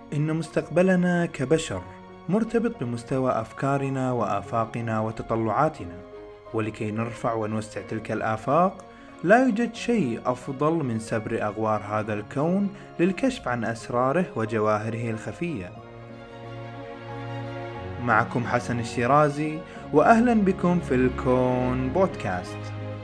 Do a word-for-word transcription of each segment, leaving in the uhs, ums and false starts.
إن مستقبلنا كبشر مرتبط بمستوى أفكارنا وآفاقنا وتطلعاتنا، ولكي نرفع ونوسع تلك الآفاق لا يوجد شيء أفضل من سبر أغوار هذا الكون للكشف عن أسراره وجواهره الخفية. معكم حسن الشيرازي، وأهلا بكم في الكون بودكاست.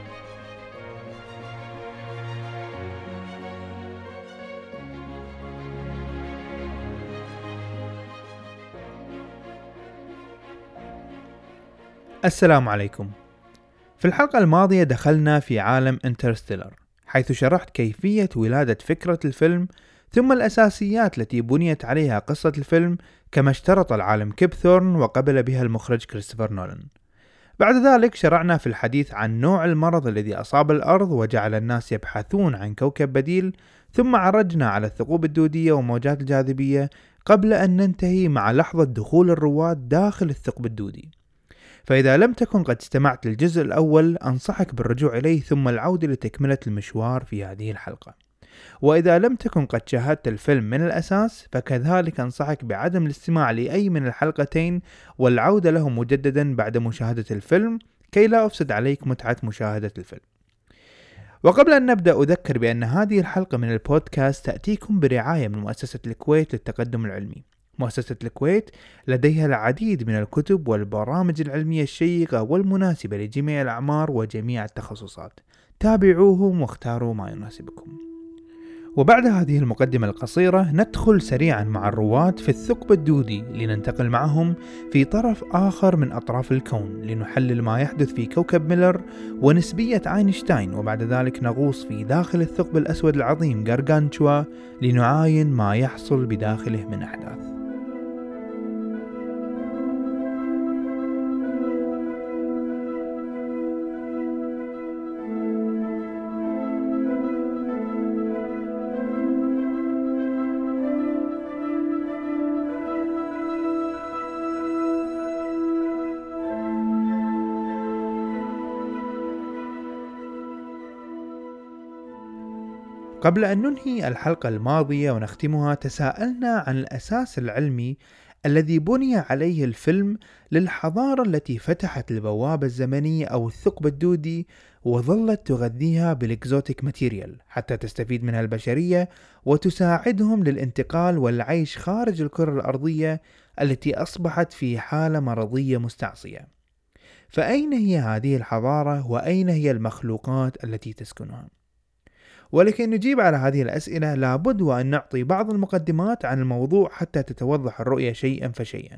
السلام عليكم. في الحلقة الماضية دخلنا في عالم انترستيلر، حيث شرحت كيفية ولادة فكرة الفيلم ثم الأساسيات التي بنيت عليها قصة الفيلم كما اشترط العالم كيب ثورن وقبل بها المخرج كريستوفر نولان. بعد ذلك شرعنا في الحديث عن نوع المرض الذي أصاب الأرض وجعل الناس يبحثون عن كوكب بديل، ثم عرجنا على الثقوب الدودية وموجات الجاذبية قبل أن ننتهي مع لحظة دخول الرواد داخل الثقب الدودي. فإذا لم تكن قد استمعت للجزء الأول أنصحك بالرجوع إليه ثم العودة لتكملة المشوار في هذه الحلقة. وإذا لم تكن قد شاهدت الفيلم من الأساس فكذلك أنصحك بعدم الاستماع لأي من الحلقتين والعودة له مجددا بعد مشاهدة الفيلم كي لا أفسد عليك متعة مشاهدة الفيلم. وقبل أن نبدأ أذكر بأن هذه الحلقة من البودكاست تأتيكم برعاية من مؤسسة الكويت للتقدم العلمي. مؤسسة الكويت لديها العديد من الكتب والبرامج العلمية الشيقة والمناسبة لجميع الأعمار وجميع التخصصات. تابعوهم واختاروا ما يناسبكم. وبعد هذه المقدمة القصيرة ندخل سريعا مع الرواد في الثقب الدودي لننتقل معهم في طرف آخر من أطراف الكون لنحلل ما يحدث في كوكب ميلر ونسبية أينشتاين، وبعد ذلك نغوص في داخل الثقب الأسود العظيم غارغانتشوا لنعاين ما يحصل بداخله من أحداث. قبل أن ننهي الحلقة الماضية ونختمها تساءلنا عن الأساس العلمي الذي بني عليه الفيلم للحضارة التي فتحت البوابة الزمنية أو الثقب الدودي وظلت تغذيها بالإكزوتيك ماتيريال حتى تستفيد منها البشرية وتساعدهم للانتقال والعيش خارج الكرة الأرضية التي أصبحت في حالة مرضية مستعصية. فأين هي هذه الحضارة وأين هي المخلوقات التي تسكنها؟ ولكن نجيب على هذه الأسئلة لابد وأن نعطي بعض المقدمات عن الموضوع حتى تتوضح الرؤية شيئا فشيئا.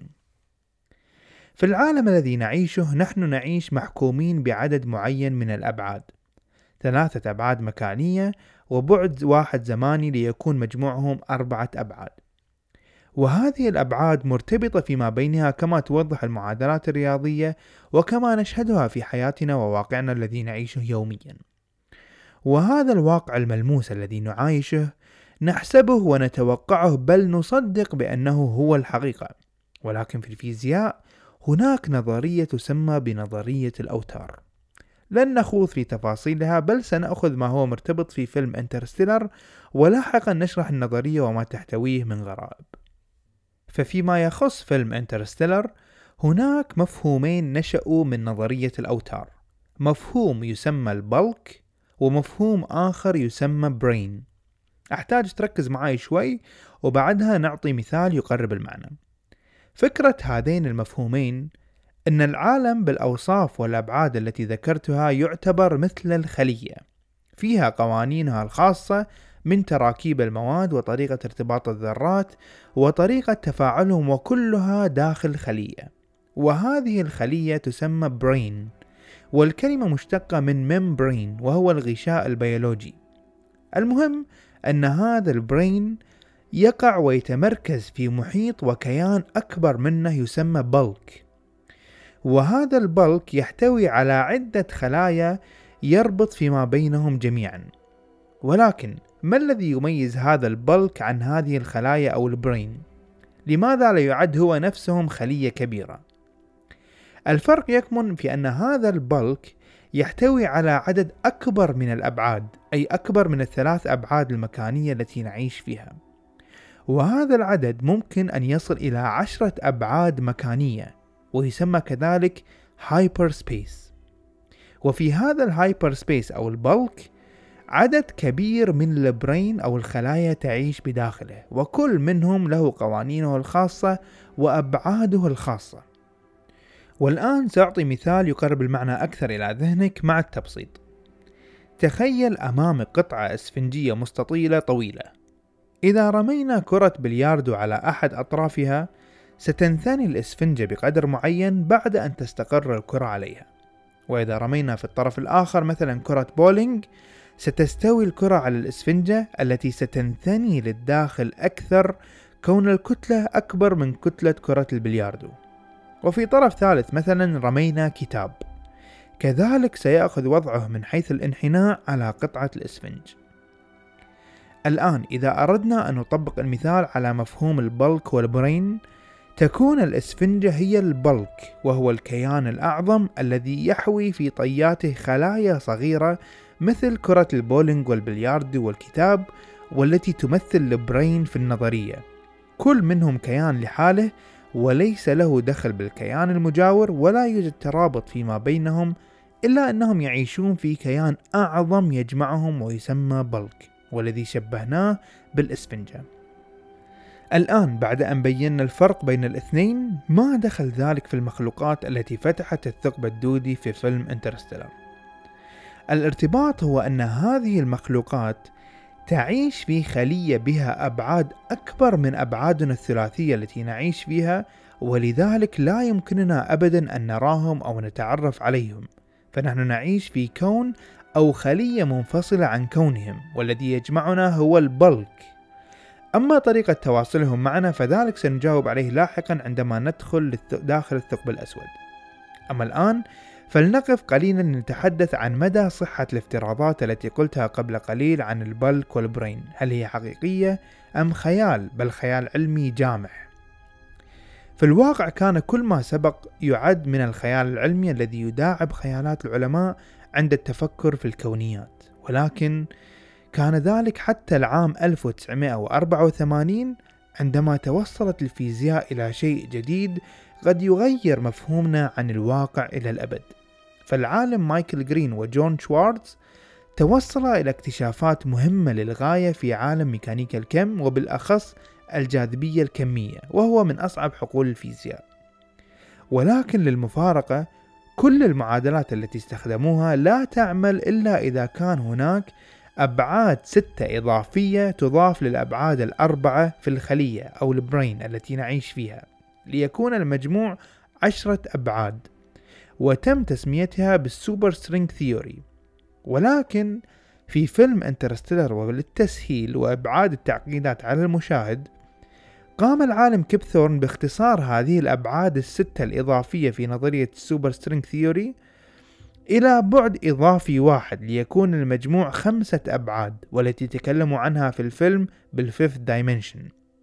في العالم الذي نعيشه نحن نعيش محكومين بعدد معين من الأبعاد، ثلاثة أبعاد مكانية وبعد واحد زماني ليكون مجموعهم أربعة أبعاد، وهذه الأبعاد مرتبطة فيما بينها كما توضح المعادلات الرياضية وكما نشهدها في حياتنا وواقعنا الذي نعيشه يوميا. وهذا الواقع الملموس الذي نعايشه نحسبه ونتوقعه بل نصدق بأنه هو الحقيقة، ولكن في الفيزياء هناك نظرية تسمى بنظرية الأوتار. لن نخوض في تفاصيلها بل سنأخذ ما هو مرتبط في فيلم انترستيلر ولاحقا نشرح النظرية وما تحتويه من غرائب. ففيما يخص فيلم انترستيلر هناك مفهومين نشأوا من نظرية الأوتار، مفهوم يسمى البلك ومفهوم آخر يسمى برين. أحتاج تركز معي شوي وبعدها نعطي مثال يقرب المعنى. فكرة هذين المفهومين أن العالم بالأوصاف والأبعاد التي ذكرتها يعتبر مثل الخلية، فيها قوانينها الخاصة من تراكيب المواد وطريقة ارتباط الذرات وطريقة تفاعلهم وكلها داخل خلية، وهذه الخلية تسمى برين، والكلمة مشتقة من ممبرين وهو الغشاء البيولوجي. المهم أن هذا البرين يقع ويتمركز في محيط وكيان أكبر منه يسمى بلك، وهذا البلك يحتوي على عدة خلايا يربط فيما بينهم جميعا. ولكن ما الذي يميز هذا البلك عن هذه الخلايا أو البرين؟ لماذا لا يعد هو نفسهم خلية كبيرة؟ الفرق يكمن في أن هذا البلك يحتوي على عدد أكبر من الأبعاد، أي أكبر من الثلاث أبعاد المكانية التي نعيش فيها، وهذا العدد ممكن أن يصل إلى عشرة أبعاد مكانية، ويسمى كذلك هايبر سبيس. وفي هذا الهايبر سبيس أو البلك عدد كبير من البرين أو الخلايا تعيش بداخله، وكل منهم له قوانينه الخاصة وأبعاده الخاصة. والآن سأعطي مثال يقرب المعنى أكثر إلى ذهنك مع التبسيط. تخيل أمامك قطعة إسفنجية مستطيلة طويلة. إذا رمينا كرة بلياردو على أحد أطرافها ستنثني الإسفنجة بقدر معين بعد أن تستقر الكرة عليها. وإذا رمينا في الطرف الآخر مثلا كرة بولينج ستستوي الكرة على الإسفنجة التي ستنثني للداخل أكثر كون الكتلة أكبر من كتلة كرة البلياردو. وفي طرف ثالث مثلا رمينا كتاب، كذلك سيأخذ وضعه من حيث الانحناء على قطعة الإسفنج. الآن إذا أردنا أن نطبق المثال على مفهوم البلك والبرين، تكون الإسفنجة هي البلك، وهو الكيان الأعظم الذي يحوي في طياته خلايا صغيرة مثل كرة البولينج والبلياردو والكتاب، والتي تمثل البرين في النظرية. كل منهم كيان لحاله وليس له دخل بالكيان المجاور، ولا يوجد ترابط فيما بينهم، إلا أنهم يعيشون في كيان أعظم يجمعهم ويسمى بلك، والذي شبهناه بالإسفنجة. الآن بعد أن بينا الفرق بين الاثنين، ما دخل ذلك في المخلوقات التي فتحت الثقب الدودي في فيلم انترستيلر؟ الارتباط هو أن هذه المخلوقات تعيش في خلية بها أبعاد أكبر من أبعادنا الثلاثية التي نعيش فيها، ولذلك لا يمكننا أبدا أن نراهم أو نتعرف عليهم، فنحن نعيش في كون أو خلية منفصلة عن كونهم، والذي يجمعنا هو البلك. أما طريقة تواصلهم معنا فذلك سنجاوب عليه لاحقا عندما ندخل داخل الثقب الأسود. أما الآن فلنقف قليلا لنتحدث عن مدى صحة الافتراضات التي قلتها قبل قليل عن البلك والبرين. هل هي حقيقية أم خيال، بل خيال علمي جامح؟ في الواقع كان كل ما سبق يعد من الخيال العلمي الذي يداعب خيالات العلماء عند التفكر في الكونيات، ولكن كان ذلك حتى العام ألف وتسعمائة وأربعة وثمانين عندما توصلت الفيزياء إلى شيء جديد قد يغير مفهومنا عن الواقع إلى الأبد. فالعالم مايكل جرين وجون شوارتز توصلا إلى اكتشافات مهمة للغاية في عالم ميكانيكا الكم، وبالأخص الجاذبية الكمية، وهو من أصعب حقول الفيزياء. ولكن للمفارقة كل المعادلات التي استخدموها لا تعمل إلا إذا كان هناك أبعاد ستة إضافية تضاف للأبعاد الأربعة في الخلية أو البرين التي نعيش فيها، ليكون المجموع عشرة أبعاد، وتم تسميتها بالسوبر سترينج ثيوري. ولكن في فيلم انترستيلر وللتسهيل وإبعاد التعقيدات على المشاهد، قام العالم كيب ثورن باختصار هذه الأبعاد الستة الإضافية في نظرية السوبر سترينج ثيوري إلى بعد إضافي واحد، ليكون المجموع خمسة أبعاد، والتي تكلموا عنها في الفيلم بالفيفث دايمنشن.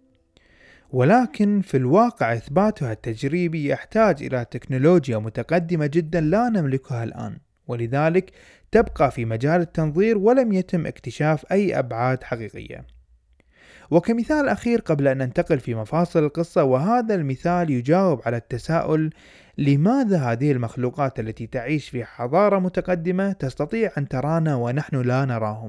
ولكن في الواقع إثباتها التجريبي يحتاج إلى تكنولوجيا متقدمة جدا لا نملكها الآن، ولذلك تبقى في مجال التنظير ولم يتم اكتشاف أي أبعاد حقيقية. وكمثال أخير قبل أن ننتقل في مفاصل القصة، وهذا المثال يجاوب على التساؤل: لماذا هذه المخلوقات التي تعيش في حضارة متقدمة تستطيع أن ترانا ونحن لا نراهم؟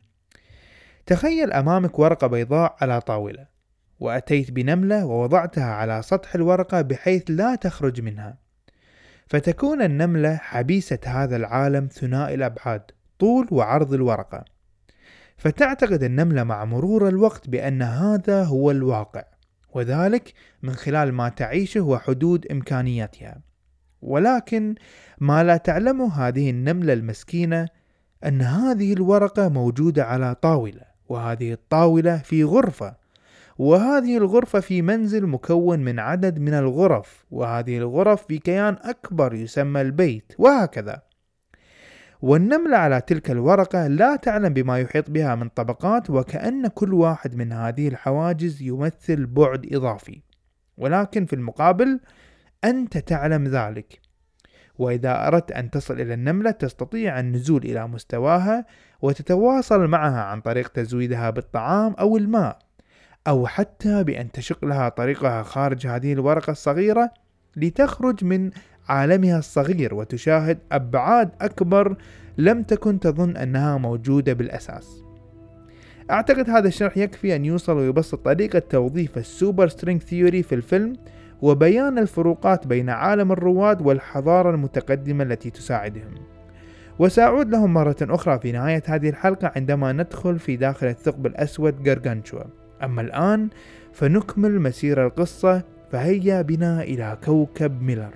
تخيل أمامك ورقة بيضاء على طاولة، وأتيت بنملة ووضعتها على سطح الورقة بحيث لا تخرج منها، فتكون النملة حبيسة هذا العالم ثنائي الأبعاد طول وعرض الورقة. فتعتقد النملة مع مرور الوقت بأن هذا هو الواقع، وذلك من خلال ما تعيشه وحدود إمكانياتها. ولكن ما لا تعلمه هذه النملة المسكينة أن هذه الورقة موجودة على طاولة، وهذه الطاولة في غرفة، وهذه الغرفة في منزل مكون من عدد من الغرف، وهذه الغرف في كيان أكبر يسمى البيت، وهكذا. والنملة على تلك الورقة لا تعلم بما يحيط بها من طبقات، وكأن كل واحد من هذه الحواجز يمثل بعد إضافي، ولكن في المقابل أنت تعلم ذلك. وإذا أردت أن تصل إلى النملة تستطيع النزول إلى مستواها وتتواصل معها عن طريق تزويدها بالطعام أو الماء، أو حتى بأن تشق لها طريقها خارج هذه الورقة الصغيرة لتخرج من عالمها الصغير وتشاهد أبعاد أكبر لم تكن تظن أنها موجودة بالأساس. أعتقد هذا الشرح يكفي أن يوصل ويبسط طريقة توظيف السوبر سترينج ثيوري في الفيلم وبيان الفروقات بين عالم الرواد والحضارة المتقدمة التي تساعدهم. وسأعود لهم مرة أخرى في نهاية هذه الحلقة عندما ندخل في داخل الثقب الأسود غارغانتشوا. أما الآن فنكمل مسير القصة، فهيا بنا إلى كوكب ميلر.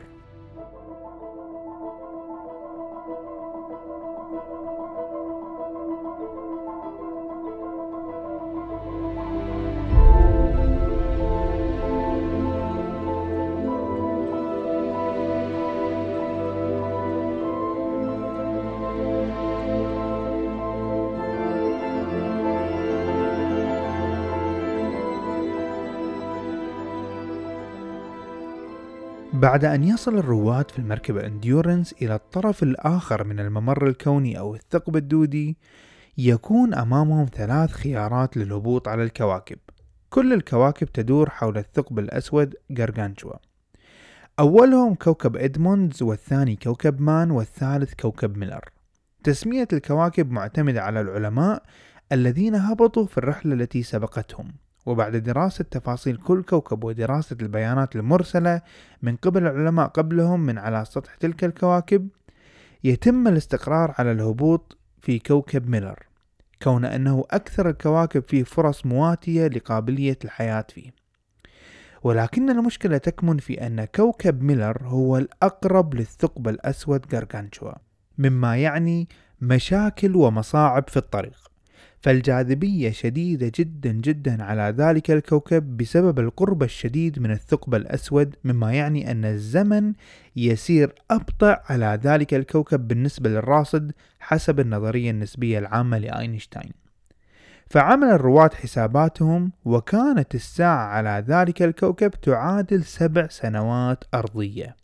بعد أن يصل الرواد في المركبة انديورنس إلى الطرف الآخر من الممر الكوني أو الثقب الدودي، يكون أمامهم ثلاث خيارات للهبوط على الكواكب. كل الكواكب تدور حول الثقب الأسود غارغانتشوا. أولهم كوكب إدموندز، والثاني كوكب مان، والثالث كوكب ميلر. تسمية الكواكب معتمدة على العلماء الذين هبطوا في الرحلة التي سبقتهم، وبعد دراسة تفاصيل كل كوكب ودراسة البيانات المرسلة من قبل العلماء قبلهم من على سطح تلك الكواكب، يتم الاستقرار على الهبوط في كوكب ميلر، كون أنه أكثر الكواكب فيه فرص مواتية لقابلية الحياة فيه. ولكن المشكلة تكمن في أن كوكب ميلر هو الأقرب للثقب الأسود غارغانتشوا، مما يعني مشاكل ومصاعب في الطريق. فالجاذبية شديدة جدا جدا على ذلك الكوكب بسبب القرب الشديد من الثقب الأسود، مما يعني أن الزمن يسير أبطأ على ذلك الكوكب بالنسبة للراصد حسب النظرية النسبية العامة لأينشتاين. فعمل الرواد حساباتهم، وكانت الساعة على ذلك الكوكب تعادل سبع سنوات أرضية.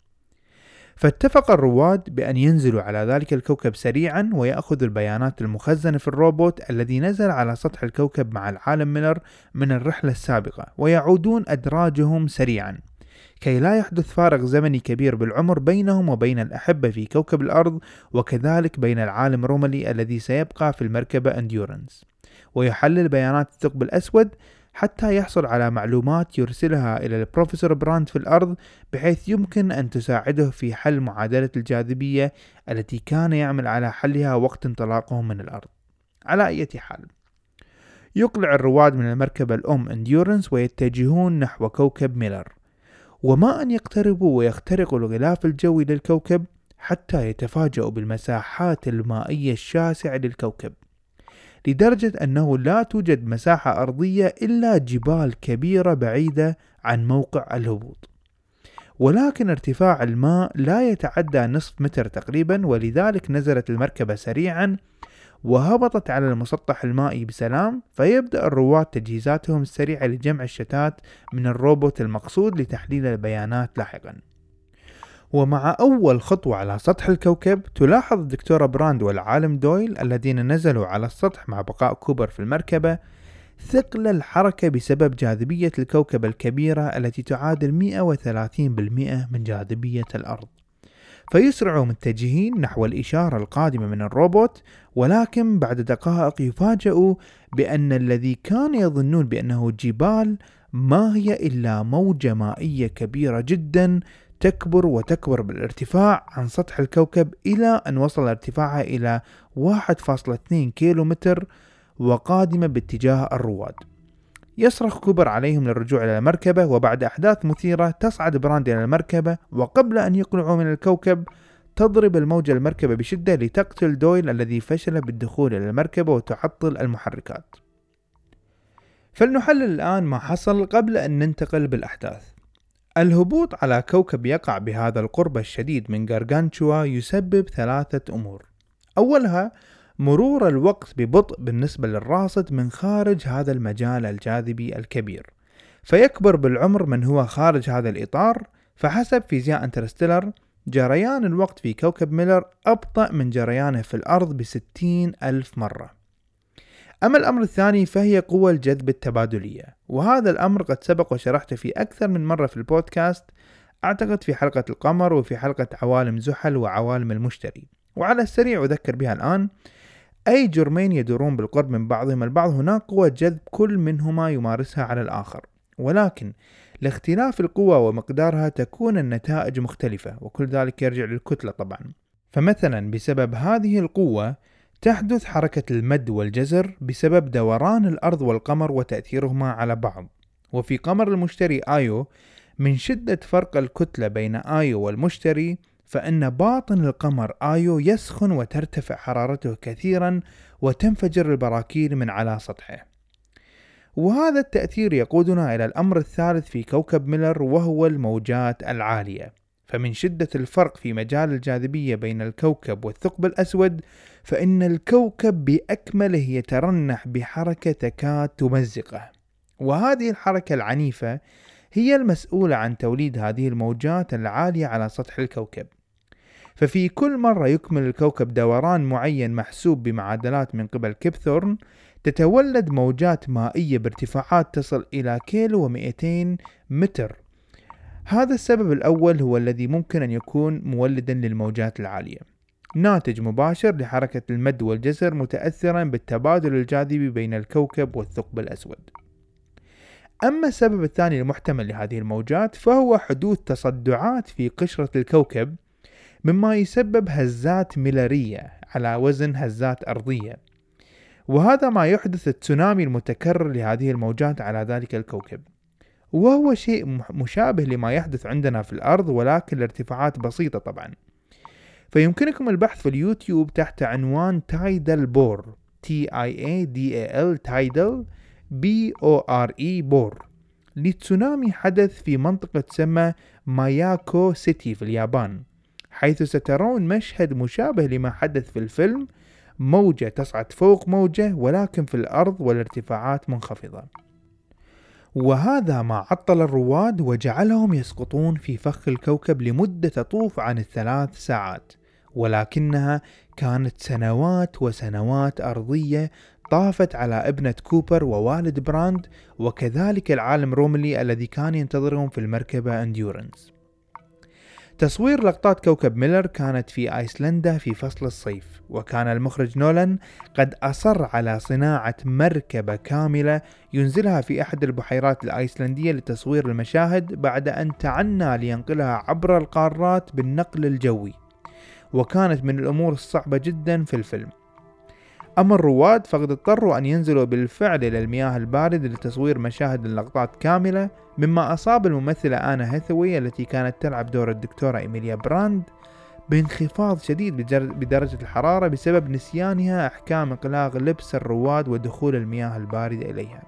فاتفق الرواد بأن ينزلوا على ذلك الكوكب سريعا ويأخذوا البيانات المخزنة في الروبوت الذي نزل على سطح الكوكب مع العالم ميلر من الرحلة السابقة، ويعودون أدراجهم سريعا كي لا يحدث فارق زمني كبير بالعمر بينهم وبين الأحبة في كوكب الأرض، وكذلك بين العالم روملي الذي سيبقى في المركبة انديورنس، ويحلل بيانات الثقب الأسود حتى يحصل على معلومات يرسلها إلى البروفيسور براند في الأرض، بحيث يمكن أن تساعده في حل معادلة الجاذبية التي كان يعمل على حلها وقت انطلاقهم من الأرض. على أي حال، يقلع الرواد من المركبة الأم انديورنس ويتجهون نحو كوكب ميلر، وما أن يقتربوا ويخترقوا الغلاف الجوي للكوكب حتى يتفاجأوا بالمساحات المائية الشاسعة للكوكب، لدرجة أنه لا توجد مساحة أرضية إلا جبال كبيرة بعيدة عن موقع الهبوط. ولكن ارتفاع الماء لا يتعدى نصف متر تقريبا، ولذلك نزلت المركبة سريعا وهبطت على المسطح المائي بسلام. فيبدأ الرواد تجهيزاتهم السريعة لجمع الشتات من الروبوت المقصود لتحليل البيانات لاحقا. ومع أول خطوة على سطح الكوكب، تلاحظ الدكتورة براند والعالم دويل الذين نزلوا على السطح مع بقاء كوبر في المركبة ثقل الحركة بسبب جاذبية الكوكب الكبيرة التي تعادل مئة وثلاثين بالمئة من جاذبية الأرض. فيسرعوا متجهين نحو الإشارة القادمة من الروبوت، ولكن بعد دقائق يفاجئوا بأن الذي كان يظنون بأنه جبال ما هي إلا موجة مائية كبيرة جدا تكبر وتكبر بالارتفاع عن سطح الكوكب إلى أن وصل ارتفاعها إلى واحد فاصلة اثنين كيلومتر وقادمة باتجاه الرواد. يصرخ كوبر عليهم للرجوع إلى المركبة، وبعد أحداث مثيرة تصعد براند إلى المركبة، وقبل أن يقلعوا من الكوكب تضرب الموجة المركبة بشدة لتقتل دويل الذي فشل بالدخول إلى المركبة وتعطل المحركات. فلنحلل الآن ما حصل قبل أن ننتقل بالأحداث. الهبوط على كوكب يقع بهذا القرب الشديد من غارغانتشوا يسبب ثلاثة أمور. أولها مرور الوقت ببطء بالنسبة للراصد من خارج هذا المجال الجاذبي الكبير، فيكبر بالعمر من هو خارج هذا الإطار. فحسب فيزياء انترستيلر، جريان الوقت في كوكب ميلر أبطأ من جريانه في الأرض بستين ألف مرة. أما الأمر الثاني فهي قوى الجذب التبادلية، وهذا الأمر قد سبق وشرحته في أكثر من مرة في البودكاست، أعتقد في حلقة القمر وفي حلقة عوالم زحل وعوالم المشتري. وعلى السريع أذكر بها الآن: أي جرمين يدورون بالقرب من بعضهم البعض هناك قوة جذب كل منهما يمارسها على الآخر، ولكن لاختلاف القوة ومقدارها تكون النتائج مختلفة، وكل ذلك يرجع للكتلة طبعا. فمثلا بسبب هذه القوة تحدث حركة المد والجزر بسبب دوران الأرض والقمر وتأثيرهما على بعض. وفي قمر المشتري آيو، من شدة فرق الكتلة بين آيو والمشتري، فإن باطن القمر آيو يسخن وترتفع حرارته كثيرا وتنفجر البراكين من على سطحه. وهذا التأثير يقودنا إلى الأمر الثالث في كوكب ميلر، وهو الموجات العالية. فمن شدة الفرق في مجال الجاذبية بين الكوكب والثقب الأسود، فإن الكوكب بأكمله يترنح بحركة تكاد تمزقه، وهذه الحركة العنيفة هي المسؤولة عن توليد هذه الموجات العالية على سطح الكوكب. ففي كل مرة يكمل الكوكب دوران معين محسوب بمعادلات من قبل كيب ثورن، تتولد موجات مائية بارتفاعات تصل إلى كيلو ومئتين متر. هذا السبب الأول هو الذي ممكن أن يكون مولدا للموجات العالية، ناتج مباشر لحركة المد والجزر متأثرا بالتبادل الجاذبي بين الكوكب والثقب الأسود. أما السبب الثاني المحتمل لهذه الموجات فهو حدوث تصدعات في قشرة الكوكب، مما يسبب هزات ميلرية على وزن هزات أرضية، وهذا ما يحدث التسونامي المتكرر لهذه الموجات على ذلك الكوكب، وهو شيء مشابه لما يحدث عندنا في الأرض ولكن لارتفاعات بسيطة طبعا. فيمكنكم البحث في اليوتيوب تحت عنوان تايدل بور تي آي إيه دي إيه إل تايدل بي أو آر إي بور لتسونامي حدث في منطقة تسمى ماياكو سيتي في اليابان، حيث سترون مشهد مشابه لما حدث في الفيلم، موجة تصعد فوق موجة ولكن في الأرض والارتفاعات منخفضة. وهذا ما عطل الرواد وجعلهم يسقطون في فخ الكوكب لمدة تطوف عن الثلاث ساعات، ولكنها كانت سنوات وسنوات أرضية طافت على ابنة كوبر ووالد براند، وكذلك العالم روملي الذي كان ينتظرهم في المركبة انديورنس. تصوير لقطات كوكب ميلر كانت في أيسلندا في فصل الصيف، وكان المخرج نولان قد أصر على صناعة مركبة كاملة ينزلها في أحد البحيرات الأيسلندية لتصوير المشاهد، بعد أن تعنى لينقلها عبر القارات بالنقل الجوي، وكانت من الأمور الصعبة جدا في الفيلم. أما الرواد فقد اضطروا أن ينزلوا بالفعل إلى المياه الباردة لتصوير مشاهد اللقطات كاملة، مما أصاب الممثلة آنا هاثاواي التي كانت تلعب دور الدكتورة إيميليا براند بانخفاض شديد بدرجة الحرارة بسبب نسيانها أحكام إقلاع لبس الرواد ودخول المياه الباردة إليها.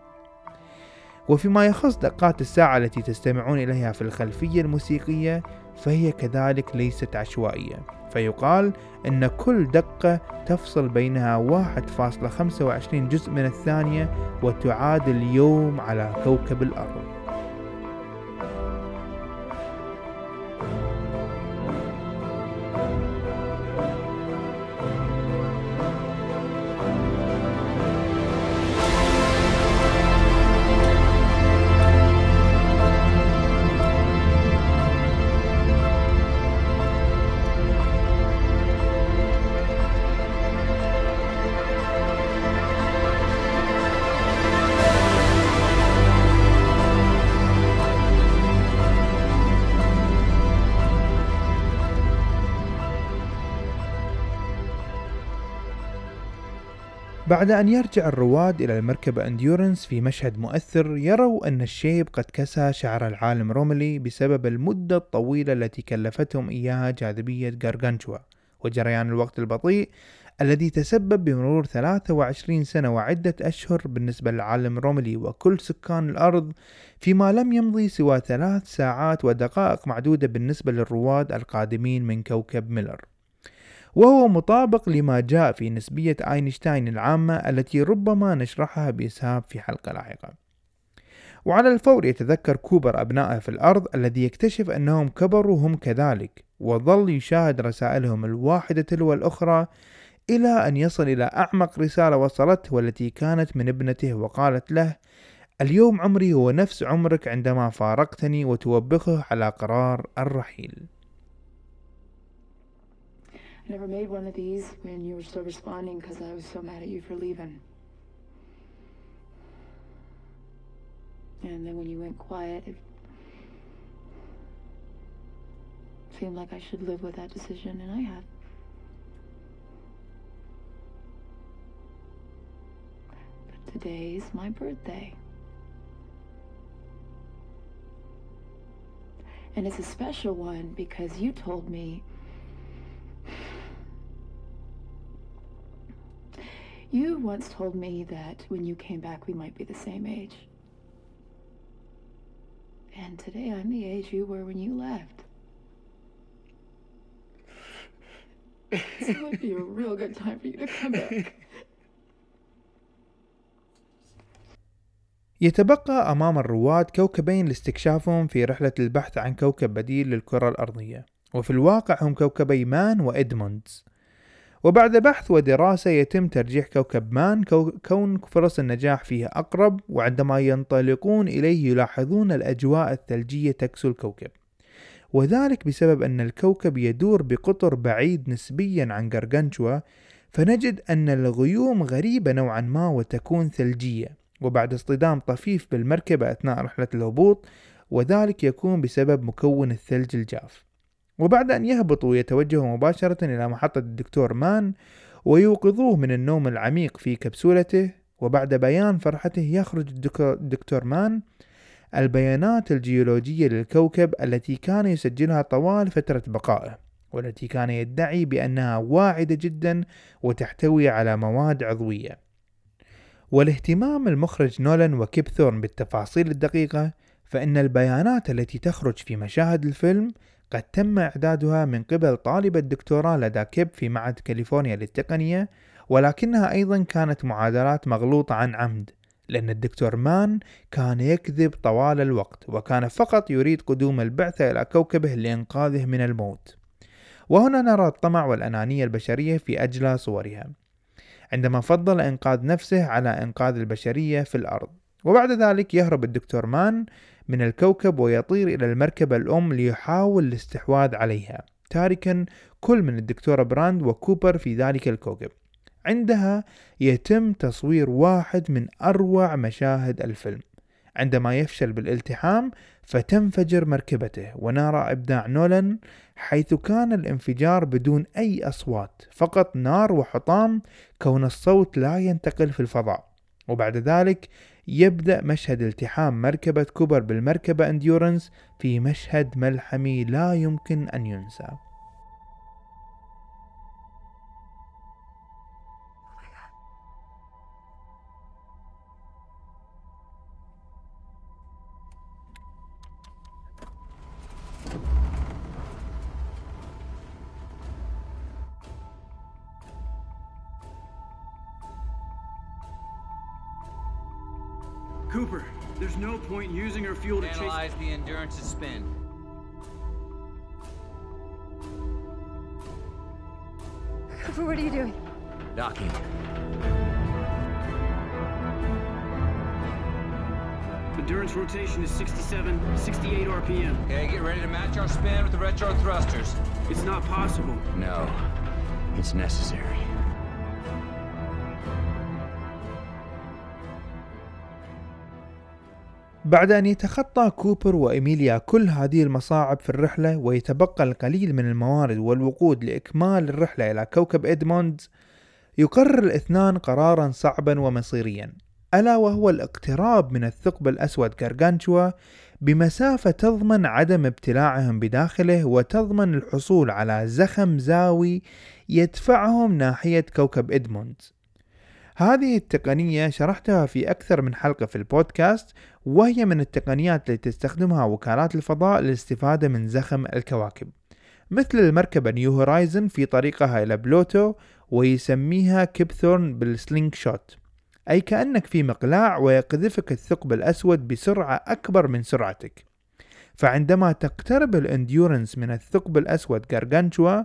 وفيما يخص دقات الساعة التي تستمعون إليها في الخلفية الموسيقية، فهي كذلك ليست عشوائية، فيقال أن كل دقة تفصل بينها واحد فاصلة خمسة وعشرين جزء من الثانية، وتعادل يوم على كوكب الأرض. بعد أن يرجع الرواد إلى المركبة انديورنس في مشهد مؤثر، يروا أن الشيب قد كسى شعر العالم روملي بسبب المدة الطويلة التي كلفتهم إياها جاذبية غارغانتشوا وجريان الوقت البطيء الذي تسبب بمرور ثلاثة وعشرين سنة وعدة أشهر بالنسبة للعالم روملي وكل سكان الأرض، فيما لم يمضي سوى ثلاث ساعات ودقائق معدودة بالنسبة للرواد القادمين من كوكب ميلر، وهو مطابق لما جاء في نسبية أينشتاين العامة التي ربما نشرحها بإسهاب في حلقة لاحقة. وعلى الفور يتذكر كوبر أبنائه في الأرض الذي يكتشف أنهم كبروا هم كذلك، وظل يشاهد رسائلهم الواحدة تلو الأخرى إلى أن يصل إلى أعمق رسالة وصلته، والتي كانت من ابنته وقالت له: اليوم عمري هو نفس عمرك عندما فارقتني، وتوبخه على قرار الرحيل. I never made one of these when you were still responding because I was so mad at you for leaving. And then when you went quiet, it seemed like I should live with that decision, and I have. But today's my birthday. And it's a special one because you told me You once told me that when you came back, we might be the same age. And today I'm the age you were when you left. So it would be a real good time for you to come back. يتبقى أمام الرواد كوكبين لاستكشافهم في رحلة البحث عن كوكب بديل للكرة الأرضية، وفي الواقع هم كوكبي مان وإدموندز. وبعد بحث ودراسة يتم ترجيح كوكب مان كون فرص النجاح فيه أقرب، وعندما ينطلقون إليه يلاحظون الأجواء الثلجية تكسو الكوكب، وذلك بسبب أن الكوكب يدور بقطر بعيد نسبيا عن غرغنتشوا، فنجد أن الغيوم غريبة نوعا ما وتكون ثلجية، وبعد اصطدام طفيف بالمركبة أثناء رحلة الهبوط، وذلك يكون بسبب مكون الثلج الجاف. وبعد أن يهبطوا يتوجهوا مباشرة إلى محطة الدكتور مان ويوقظوه من النوم العميق في كبسولته، وبعد بيان فرحته يخرج الدكتور مان البيانات الجيولوجية للكوكب التي كان يسجلها طوال فترة بقائه، والتي كان يدعي بأنها واعدة جدا وتحتوي على مواد عضوية. والاهتمام المخرج نولان وكيب ثورن بالتفاصيل الدقيقة، فإن البيانات التي تخرج في مشاهد الفيلم قد تم إعدادها من قبل طالب الدكتوراه لدى كيب في معهد كاليفورنيا للتقنية، ولكنها أيضا كانت معادلات مغلوطة عن عمد، لأن الدكتور مان كان يكذب طوال الوقت، وكان فقط يريد قدوم البعثة إلى كوكبه لإنقاذه من الموت. وهنا نرى الطمع والأنانية البشرية في أجلى صورها، عندما فضل إنقاذ نفسه على إنقاذ البشرية في الأرض. وبعد ذلك يهرب الدكتور مان من الكوكب ويطير إلى المركبة الأم ليحاول الاستحواذ عليها، تاركا كل من الدكتور براند وكوبر في ذلك الكوكب. عندها يتم تصوير واحد من أروع مشاهد الفيلم، عندما يفشل بالالتحام فتنفجر مركبته، ونرى إبداع نولان حيث كان الانفجار بدون أي أصوات، فقط نار وحطام، كون الصوت لا ينتقل في الفضاء. وبعد ذلك يبدأ مشهد التحام مركبة كوبر بالمركبة انديورنس في مشهد ملحمي لا يمكن أن ينسى. Cooper, there's no point using her fuel to chase... Analyze the Endurance's spin. Cooper, what are you doing? Docking. Endurance rotation is sixty-seven, sixty-eight R P M. Okay, get ready to match our spin with the retro thrusters. It's not possible. No, it's necessary. بعد أن يتخطى كوبر وإيميليا كل هذه المصاعب في الرحلة، ويتبقى القليل من الموارد والوقود لإكمال الرحلة إلى كوكب إدموندز، يقرر الاثنان قرارا صعبا ومصيريا، ألا وهو الاقتراب من الثقب الأسود غرغنتشوا بمسافة تضمن عدم ابتلاعهم بداخله، وتضمن الحصول على زخم زاوي يدفعهم ناحية كوكب إدموندز. هذه التقنية شرحتها في أكثر من حلقة في البودكاست، وهي من التقنيات التي تستخدمها وكالات الفضاء للاستفادة من زخم الكواكب، مثل المركبة نيو هورايزن في طريقها إلى بلوتو، ويسميها كيب ثورن بالسلينج شوت، أي كأنك في مقلاع ويقذفك الثقب الأسود بسرعة أكبر من سرعتك. فعندما تقترب الإنديورنس من الثقب الأسود غرغنتشوا،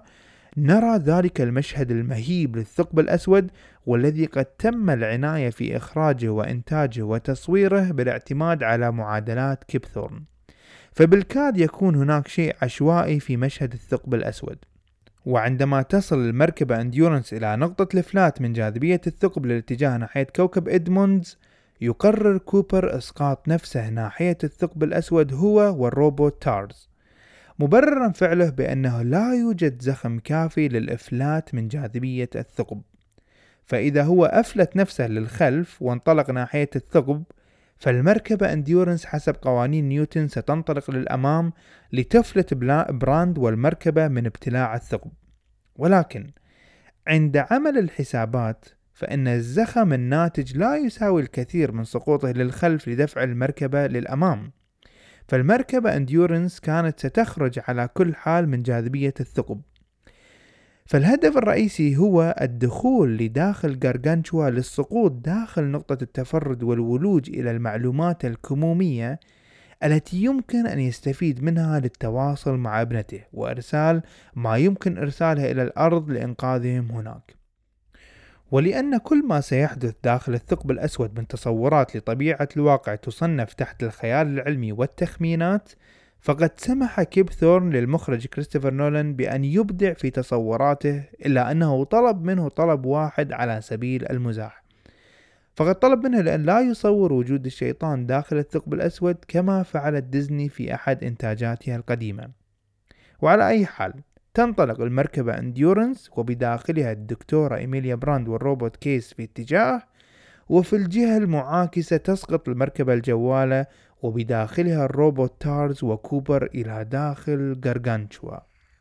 نرى ذلك المشهد المهيب للثقب الأسود، والذي قد تم العناية في إخراجه وإنتاجه وتصويره بالاعتماد على معادلات كيب ثورن، فبالكاد يكون هناك شيء عشوائي في مشهد الثقب الأسود. وعندما تصل المركبة انديورنس إلى نقطة الإفلات من جاذبية الثقب للاتجاه ناحية كوكب إدموندز، يقرر كوبر إسقاط نفسه ناحية الثقب الأسود هو والروبوت تارز، مبررا فعله بأنه لا يوجد زخم كافي للإفلات من جاذبية الثقب. فإذا هو أفلت نفسه للخلف وانطلق ناحية الثقب، فالمركبة انديورنس حسب قوانين نيوتن ستنطلق للأمام لتفلت براند والمركبة من ابتلاع الثقب. ولكن عند عمل الحسابات فإن الزخم الناتج لا يساوي الكثير من سقوطه للخلف لدفع المركبة للأمام، فالمركبة انديورنس كانت ستخرج على كل حال من جاذبية الثقب. فالهدف الرئيسي هو الدخول لداخل غارغانتشوا للسقوط داخل نقطة التفرد والولوج إلى المعلومات الكمومية التي يمكن أن يستفيد منها للتواصل مع ابنته وإرسال ما يمكن إرسالها إلى الأرض لإنقاذهم هناك. ولأن كل ما سيحدث داخل الثقب الأسود من تصورات لطبيعة الواقع تصنف تحت الخيال العلمي والتخمينات، فقد سمح كيب ثورن للمخرج كريستوفر نولان بأن يبدع في تصوراته، إلا أنه طلب منه طلب واحد على سبيل المزاح، فقد طلب منه لأن لا يصور وجود الشيطان داخل الثقب الأسود كما فعلت ديزني في أحد إنتاجاتها القديمة. وعلى أي حال، تنطلق المركبة انديورنس وبداخلها الدكتورة إيميليا براند والروبوت كيس في اتجاه، وفي الجهة المعاكسة تسقط المركبة الجوالة وبداخلها الروبوت تارز وكوبر إلى داخل غارغانتشوا.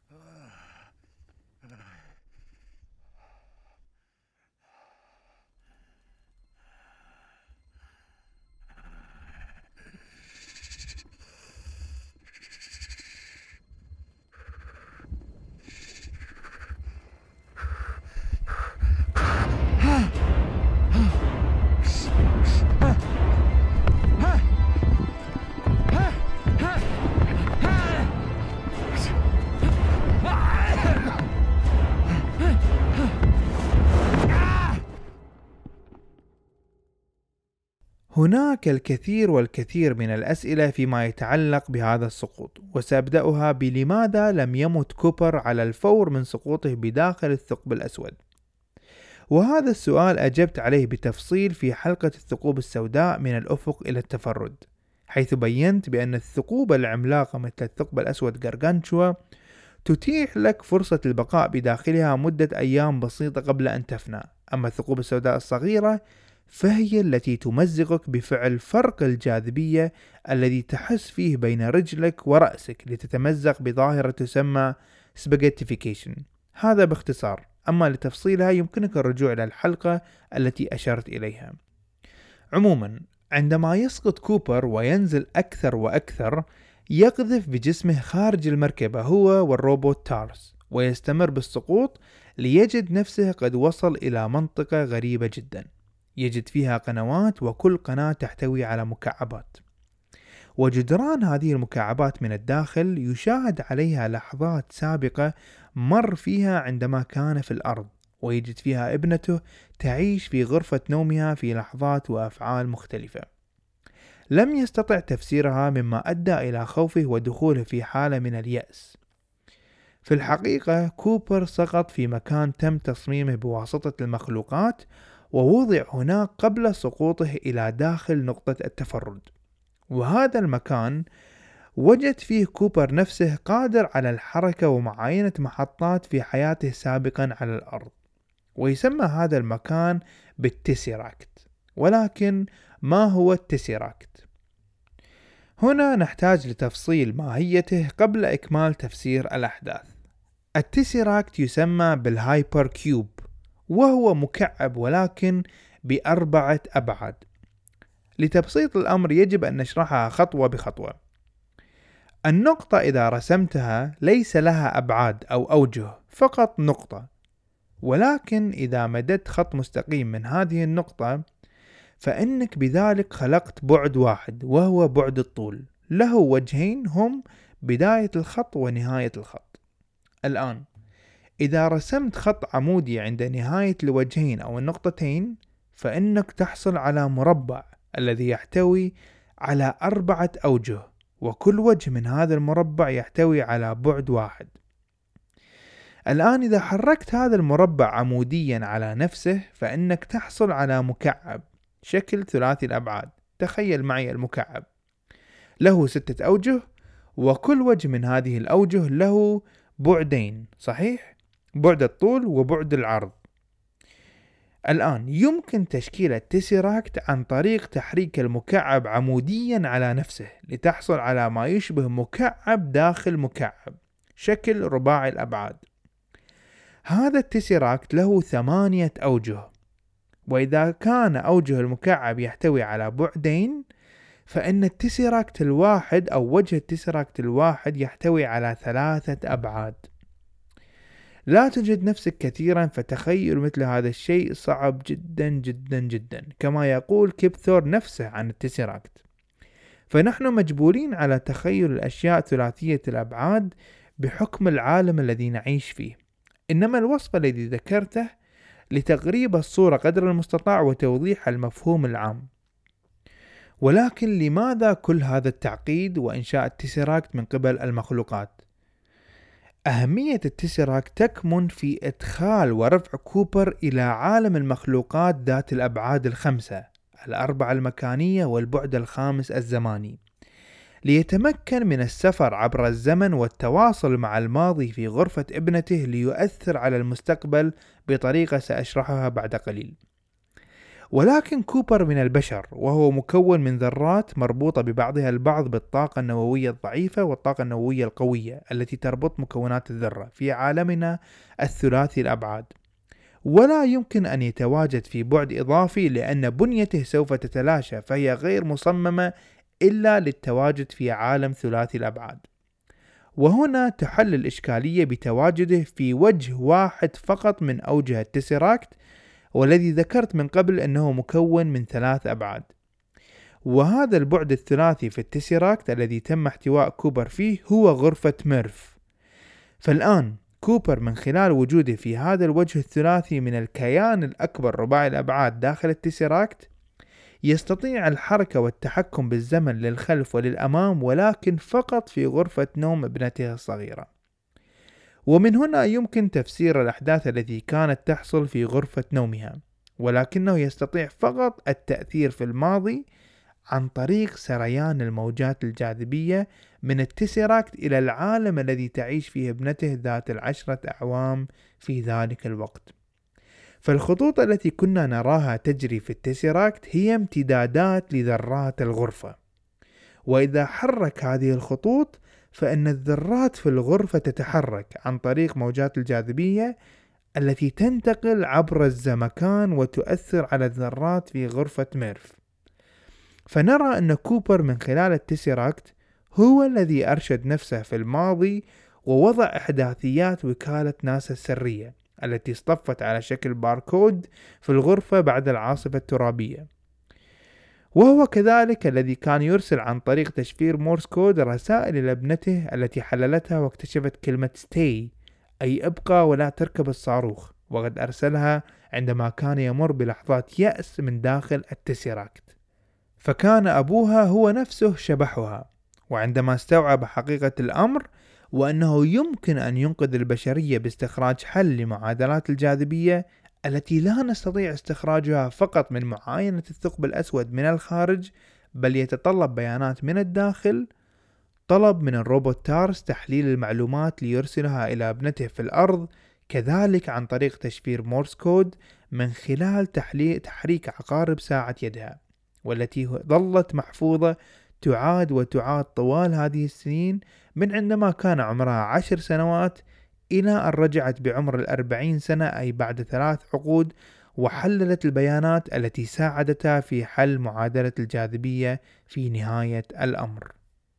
هناك الكثير والكثير من الأسئلة فيما يتعلق بهذا السقوط، وسأبدأها بلماذا لم يمت كوبر على الفور من سقوطه بداخل الثقب الأسود. وهذا السؤال أجبت عليه بتفصيل في حلقة الثقوب السوداء من الأفق إلى التفرد، حيث بينت بأن الثقوب العملاقة مثل الثقب الأسود غارغانتشوا تتيح لك فرصة البقاء بداخلها مدة أيام بسيطة قبل أن تفنى، أما الثقوب السوداء الصغيرة فهي التي تمزقك بفعل فرق الجاذبية الذي تحس فيه بين رجلك ورأسك لتتمزق بظاهرة تسمى سباجيتيفيكيشن. هذا باختصار، أما لتفصيلها يمكنك الرجوع إلى الحلقة التي أشرت إليها. عموما، عندما يسقط كوبر وينزل أكثر وأكثر، يقذف بجسمه خارج المركبة هو والروبوت تارز، ويستمر بالسقوط ليجد نفسه قد وصل إلى منطقة غريبة جدا يجد فيها قنوات، وكل قناة تحتوي على مكعبات، وجدران هذه المكعبات من الداخل يشاهد عليها لحظات سابقة مر فيها عندما كان في الأرض، ويجد فيها ابنته تعيش في غرفة نومها في لحظات وأفعال مختلفة. لم يستطع تفسيرها، مما أدى إلى خوفه ودخوله في حالة من اليأس. في الحقيقة كوبر سقط في مكان تم تصميمه بواسطة المخلوقات، ووضع هناك قبل سقوطه إلى داخل نقطة التفرد، وهذا المكان وجد فيه كوبر نفسه قادر على الحركة ومعاينة محطات في حياته سابقا على الأرض، ويسمى هذا المكان بالتيسيراكت. ولكن ما هو التيسيراكت؟ هنا نحتاج لتفصيل ماهيته قبل إكمال تفسير الأحداث. التيسيراكت يسمى بالهايبر كيوب، وهو مكعب ولكن بأربعة أبعاد. لتبسيط الأمر يجب أن نشرحها خطوة بخطوة. النقطة إذا رسمتها ليس لها أبعاد أو أوجه، فقط نقطة، ولكن إذا مددت خط مستقيم من هذه النقطة فإنك بذلك خلقت بعد واحد، وهو بعد الطول، له وجهين هم بداية الخط ونهاية الخط. الآن إذا رسمت خط عمودي عند نهاية الوجهين أو النقطتين فإنك تحصل على مربع الذي يحتوي على أربعة أوجه، وكل وجه من هذا المربع يحتوي على بعد واحد. الآن إذا حركت هذا المربع عموديا على نفسه فإنك تحصل على مكعب شكل ثلاثي الأبعاد. تخيل معي المكعب له ستة أوجه، وكل وجه من هذه الأوجه له بعدين، صحيح؟ بعد الطول وبعد العرض. الآن يمكن تشكيل التسيراكت عن طريق تحريك المكعب عموديا على نفسه لتحصل على ما يشبه مكعب داخل مكعب شكل رباعي الأبعاد. هذا التسيراكت له ثمانية أوجه، وإذا كان أوجه المكعب يحتوي على بعدين فإن التسيراكت الواحد أو وجه التسيراكت الواحد يحتوي على ثلاثة أبعاد. لا تجد نفسك كثيرا، فتخيل مثل هذا الشيء صعب جدا جدا جدا، كما يقول كيب ثور نفسه عن التسيراكت. فنحن مجبورين على تخيل الأشياء ثلاثية الأبعاد بحكم العالم الذي نعيش فيه. إنما الوصف الذي ذكرته لتقريب الصورة قدر المستطاع وتوضيح المفهوم العام. ولكن لماذا كل هذا التعقيد وإنشاء التسيراكت من قبل المخلوقات؟ أهمية التسيراكت تكمن في إدخال ورفع كوبر إلى عالم المخلوقات ذات الأبعاد الخمسة، الأربعة المكانية والبعد الخامس الزماني، ليتمكن من السفر عبر الزمن والتواصل مع الماضي في غرفة ابنته ليؤثر على المستقبل بطريقة سأشرحها بعد قليل. ولكن كوبر من البشر، وهو مكون من ذرات مربوطة ببعضها البعض بالطاقة النووية الضعيفة والطاقة النووية القوية التي تربط مكونات الذرة في عالمنا الثلاثي الأبعاد، ولا يمكن أن يتواجد في بعد إضافي لأن بنيته سوف تتلاشى، فهي غير مصممة إلا للتواجد في عالم ثلاثي الأبعاد. وهنا تحل الإشكالية بتواجده في وجه واحد فقط من أوجه التسيراكت، والذي ذكرت من قبل أنه مكون من ثلاث أبعاد. وهذا البعد الثلاثي في التسيراكت الذي تم احتواء كوبر فيه هو غرفة ميرف. فالآن كوبر من خلال وجوده في هذا الوجه الثلاثي من الكيان الأكبر رباعي الأبعاد داخل التسيراكت يستطيع الحركة والتحكم بالزمن للخلف وللأمام، ولكن فقط في غرفة نوم ابنته الصغيرة. ومن هنا يمكن تفسير الأحداث التي كانت تحصل في غرفة نومها، ولكنه يستطيع فقط التأثير في الماضي عن طريق سريان الموجات الجاذبية من التسيراكت إلى العالم الذي تعيش فيه ابنته ذات العشرة أعوام في ذلك الوقت. فالخطوط التي كنا نراها تجري في التسيراكت هي امتدادات لذرات الغرفة، وإذا حرك هذه الخطوط فإن الذرات في الغرفة تتحرك عن طريق موجات الجاذبية التي تنتقل عبر الزمكان وتؤثر على الذرات في غرفة ميرف. فنرى أن كوبر من خلال التسيراكت هو الذي أرشد نفسه في الماضي ووضع إحداثيات وكالة ناسا السرية التي اصطفت على شكل باركود في الغرفة بعد العاصفة الترابية. وهو كذلك الذي كان يرسل عن طريق تشفير مورس كود رسائل إلى ابنته التي حللتها واكتشفت كلمة stay أي ابقى ولا تركب الصاروخ، وقد أرسلها عندما كان يمر بلحظات يأس من داخل التسيراكت. فكان أبوها هو نفسه شبحها، وعندما استوعب حقيقة الأمر وأنه يمكن أن ينقذ البشرية باستخراج حل لمعادلات الجاذبية التي لا نستطيع استخراجها فقط من معاينة الثقب الأسود من الخارج، بل يتطلب بيانات من الداخل، طلب من الروبوت تارس تحليل المعلومات ليرسلها إلى ابنته في الأرض، كذلك عن طريق تشفير مورس كود من خلال تحليل تحريك عقارب ساعة يدها، والتي ظلت محفوظة تعاد وتعاد طوال هذه السنين من عندما كان عمرها عشر سنوات إلى أن رجعت بعمر الأربعين سنة أي بعد ثلاث عقود، وحللت البيانات التي ساعدتها في حل معادلة الجاذبية في نهاية الأمر.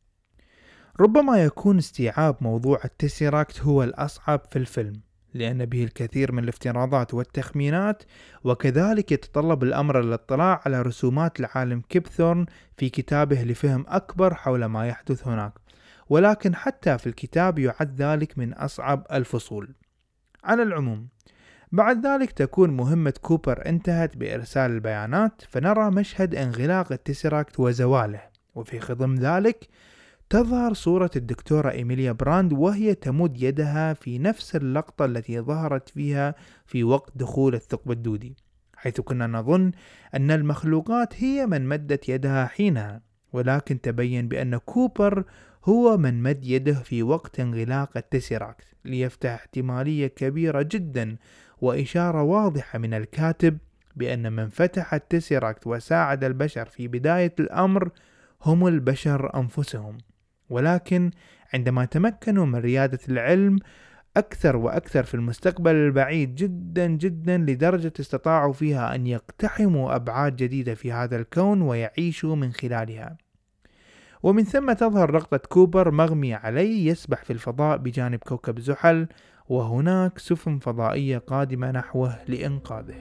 ربما يكون استيعاب موضوع التسيراكت هو الأصعب في الفيلم، لأن به الكثير من الافتراضات والتخمينات، وكذلك يتطلب الأمر الاطلاع على رسومات العالم كيب ثورن في كتابه لفهم أكبر حول ما يحدث هناك، ولكن حتى في الكتاب يعد ذلك من أصعب الفصول. على العموم، بعد ذلك تكون مهمة كوبر انتهت بإرسال البيانات، فنرى مشهد انغلاق التسراكت وزواله، وفي خضم ذلك تظهر صورة الدكتورة إيميليا براند وهي تمد يدها في نفس اللقطة التي ظهرت فيها في وقت دخول الثقب الدودي، حيث كنا نظن أن المخلوقات هي من مدت يدها حينها، ولكن تبين بأن كوبر هو من مد يده في وقت انغلاق التسراكت، ليفتح احتمالية كبيرة جدا وإشارة واضحة من الكاتب بأن من فتح التسراكت وساعد البشر في بداية الأمر هم البشر أنفسهم. ولكن عندما تمكنوا من ريادة العلم أكثر وأكثر في المستقبل البعيد جدا جدا، لدرجة استطاعوا فيها أن يقتحموا أبعاد جديدة في هذا الكون ويعيشوا من خلالها. ومن ثم تظهر لقطة كوبر مغمي عليه يسبح في الفضاء بجانب كوكب زحل، وهناك سفن فضائية قادمة نحوه لإنقاذه.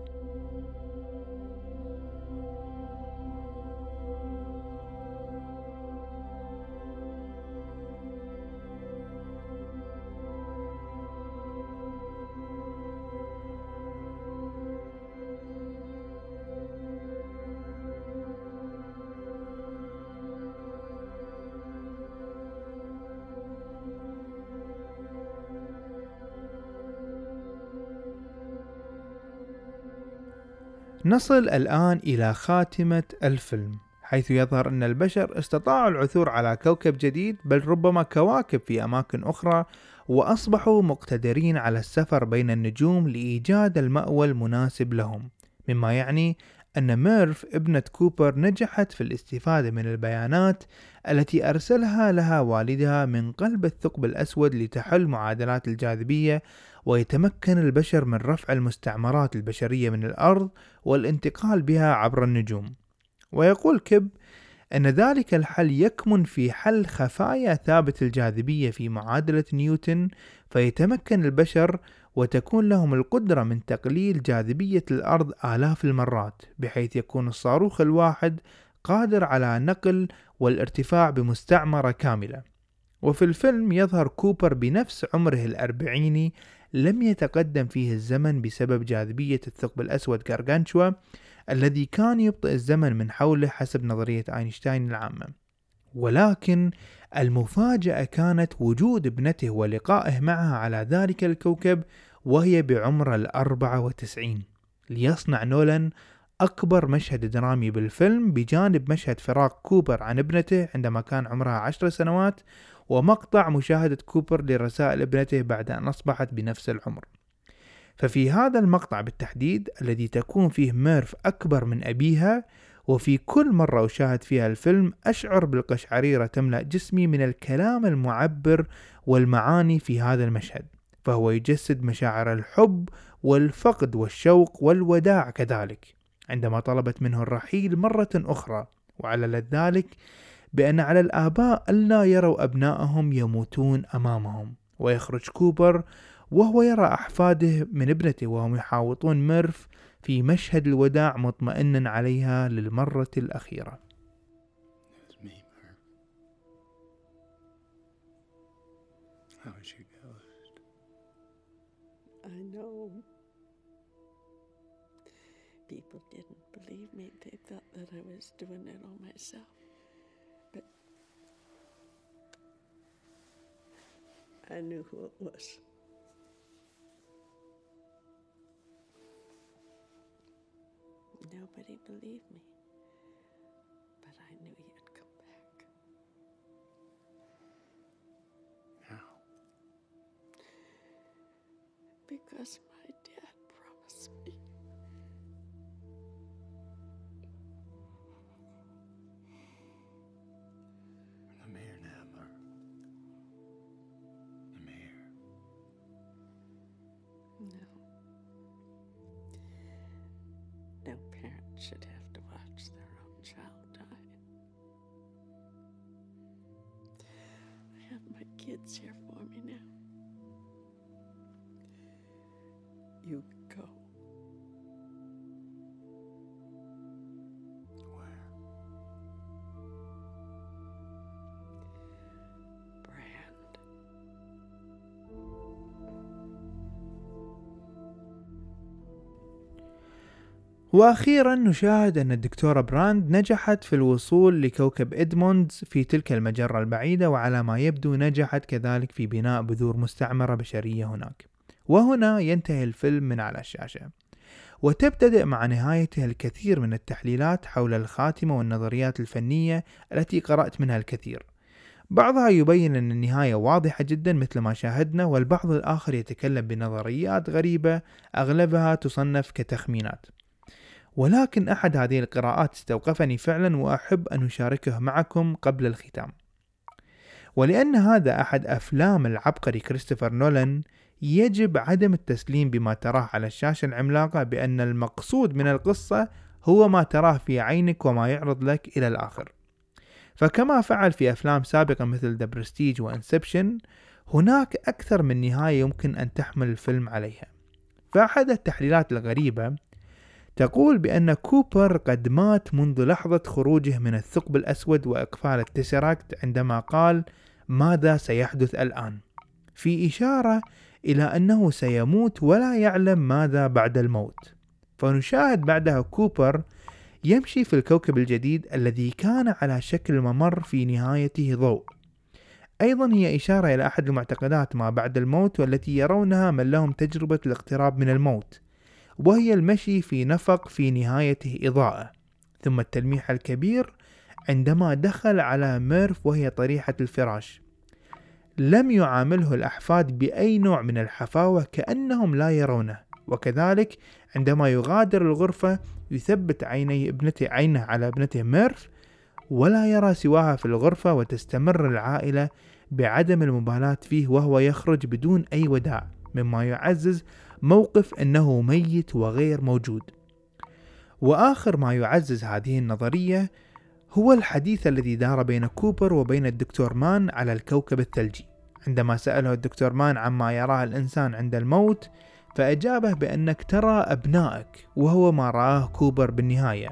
نصل الآن إلى خاتمة الفيلم، حيث يظهر أن البشر استطاعوا العثور على كوكب جديد، بل ربما كواكب في أماكن أخرى، وأصبحوا مقتدرين على السفر بين النجوم لإيجاد المأوى المناسب لهم، مما يعني أن ميرف ابنة كوبر نجحت في الاستفادة من البيانات التي أرسلها لها والدها من قلب الثقب الأسود لتحل معادلات الجاذبية، ويتمكن البشر من رفع المستعمرات البشرية من الأرض والانتقال بها عبر النجوم. ويقول كيب أن ذلك الحل يكمن في حل خفايا ثابت الجاذبية في معادلة نيوتن، فيتمكن البشر وتكون لهم القدرة من تقليل جاذبية الأرض آلاف المرات، بحيث يكون الصاروخ الواحد قادر على نقل والارتفاع بمستعمرة كاملة. وفي الفيلم يظهر كوبر بنفس عمره الأربعيني، لم يتقدم فيه الزمن بسبب جاذبية الثقب الأسود غارغانتشوا الذي كان يبطئ الزمن من حوله حسب نظرية أينشتاين العامة. ولكن المفاجأة كانت وجود ابنته ولقائه معها على ذلك الكوكب وهي بعمر الأربعة وتسعين، ليصنع نولان أكبر مشهد درامي بالفيلم، بجانب مشهد فراق كوبر عن ابنته عندما كان عمرها عشر سنوات، ومقطع مشاهدة كوبر لرسائل ابنته بعد أن أصبحت بنفس العمر. ففي هذا المقطع بالتحديد الذي تكون فيه ميرف أكبر من أبيها، وفي كل مرة أشاهد فيها الفيلم أشعر بالقشعريرة تملأ جسمي من الكلام المعبر والمعاني في هذا المشهد، فهو يجسد مشاعر الحب والفقد والشوق والوداع كذلك، عندما طلبت منه الرحيل مرة أخرى، وعللت ذلك بأن على الآباء ألا يروا أبنائهم يموتون أمامهم. ويخرج كوبر وهو يرى أحفاده من ابنته وهم يحاوطون ميرف في مشهد الوداع مطمئنا عليها للمرة الأخيرة. I know. People didn't believe me. They thought that I was doing it all myself. But I knew who it was. Nobody believed me. But I knew you'd come back. How? Because my dad promised me. I'm here now, Murph. I'm here. No. No parent should have to watch their own child die. I have my kids here for me now. You go. Where? Brand. وأخيرا نشاهد أن الدكتورة براند نجحت في الوصول لكوكب إدموندز في تلك المجرة البعيدة، وعلى ما يبدو نجحت كذلك في بناء بذور مستعمرة بشرية هناك. وهنا ينتهي الفيلم من على الشاشة، وتبتدأ مع نهايته الكثير من التحليلات حول الخاتمة والنظريات الفنية التي قرأت منها الكثير. بعضها يبين أن النهاية واضحة جدا مثل ما شاهدنا، والبعض الآخر يتكلم بنظريات غريبة أغلبها تصنف كتخمينات. ولكن أحد هذه القراءات استوقفني فعلا، وأحب أن أشاركه معكم قبل الختام. ولأن هذا أحد أفلام العبقري كريستوفر نولان، يجب عدم التسليم بما تراه على الشاشة العملاقة بأن المقصود من القصة هو ما تراه في عينك وما يعرض لك إلى الآخر. فكما فعل في أفلام سابقة مثل The Prestige وإنسبشن، هناك أكثر من نهاية يمكن أن تحمل الفيلم عليها. فأحد التحليلات الغريبة تقول بأن كوبر قد مات منذ لحظة خروجه من الثقب الأسود وإقفال التسراكت عندما قال ماذا سيحدث الآن، في إشارة إلى أنه سيموت ولا يعلم ماذا بعد الموت. فنشاهد بعدها كوبر يمشي في الكوكب الجديد الذي كان على شكل ممر في نهايته ضوء. أيضا هي إشارة إلى أحد المعتقدات ما بعد الموت، والتي يرونها من لهم تجربة الاقتراب من الموت، وهي المشي في نفق في نهايته إضاءة. ثم التلميح الكبير عندما دخل على ميرف وهي طريحة الفراش، لم يعامله الأحفاد بأي نوع من الحفاوة كأنهم لا يرونه. وكذلك عندما يغادر الغرفة يثبت عيني ابنته عينه على ابنته ميرف ولا يرى سواها في الغرفة، وتستمر العائلة بعدم المبالاة فيه وهو يخرج بدون أي وداع، مما يعزز موقف أنه ميت وغير موجود. وآخر ما يعزز هذه النظرية هو الحديث الذي دار بين كوبر وبين الدكتور مان على الكوكب الثلجي، عندما سأله الدكتور مان عما يراه الإنسان عند الموت، فأجابه بأنك ترى أبنائك، وهو ما رآه كوبر بالنهاية.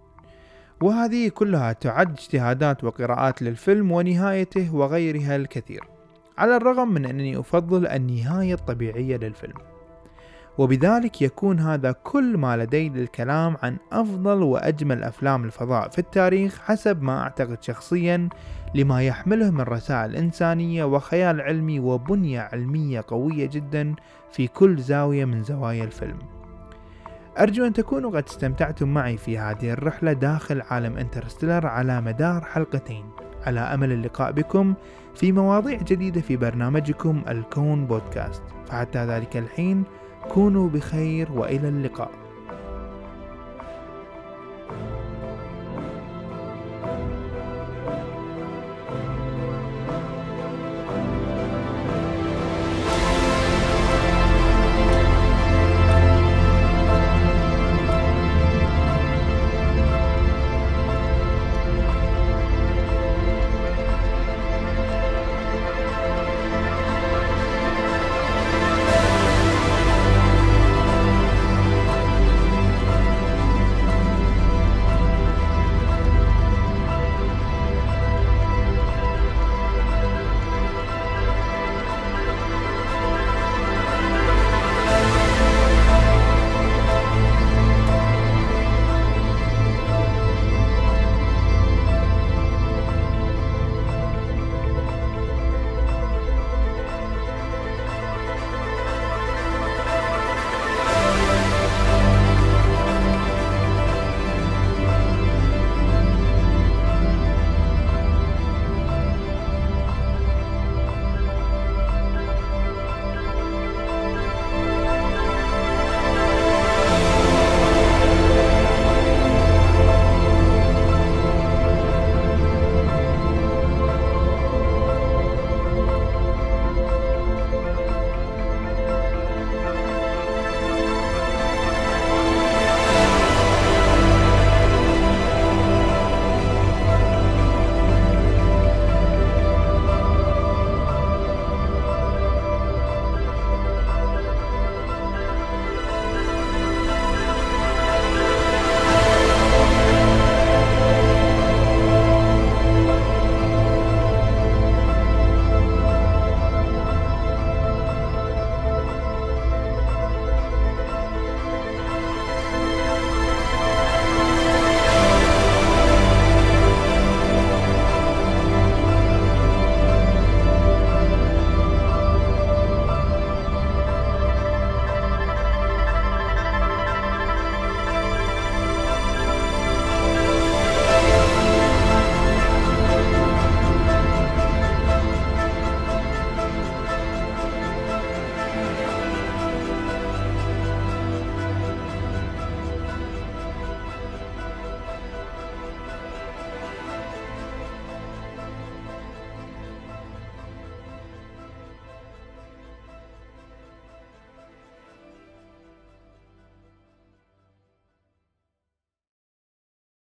وهذه كلها تعد اجتهادات وقراءات للفيلم ونهايته وغيرها الكثير، على الرغم من أنني أفضل النهاية الطبيعية للفيلم. وبذلك يكون هذا كل ما لدي للكلام عن أفضل وأجمل أفلام الفضاء في التاريخ حسب ما أعتقد شخصيا، لما يحمله من رسائل إنسانية وخيال علمي وبنية علمية قوية جدا في كل زاوية من زوايا الفيلم. أرجو أن تكونوا قد استمتعتم معي في هذه الرحلة داخل عالم انترستيلر على مدار حلقتين، على أمل اللقاء بكم في مواضيع جديدة في برنامجكم الكون بودكاست. فحتى ذلك الحين كونوا بخير وإلى اللقاء.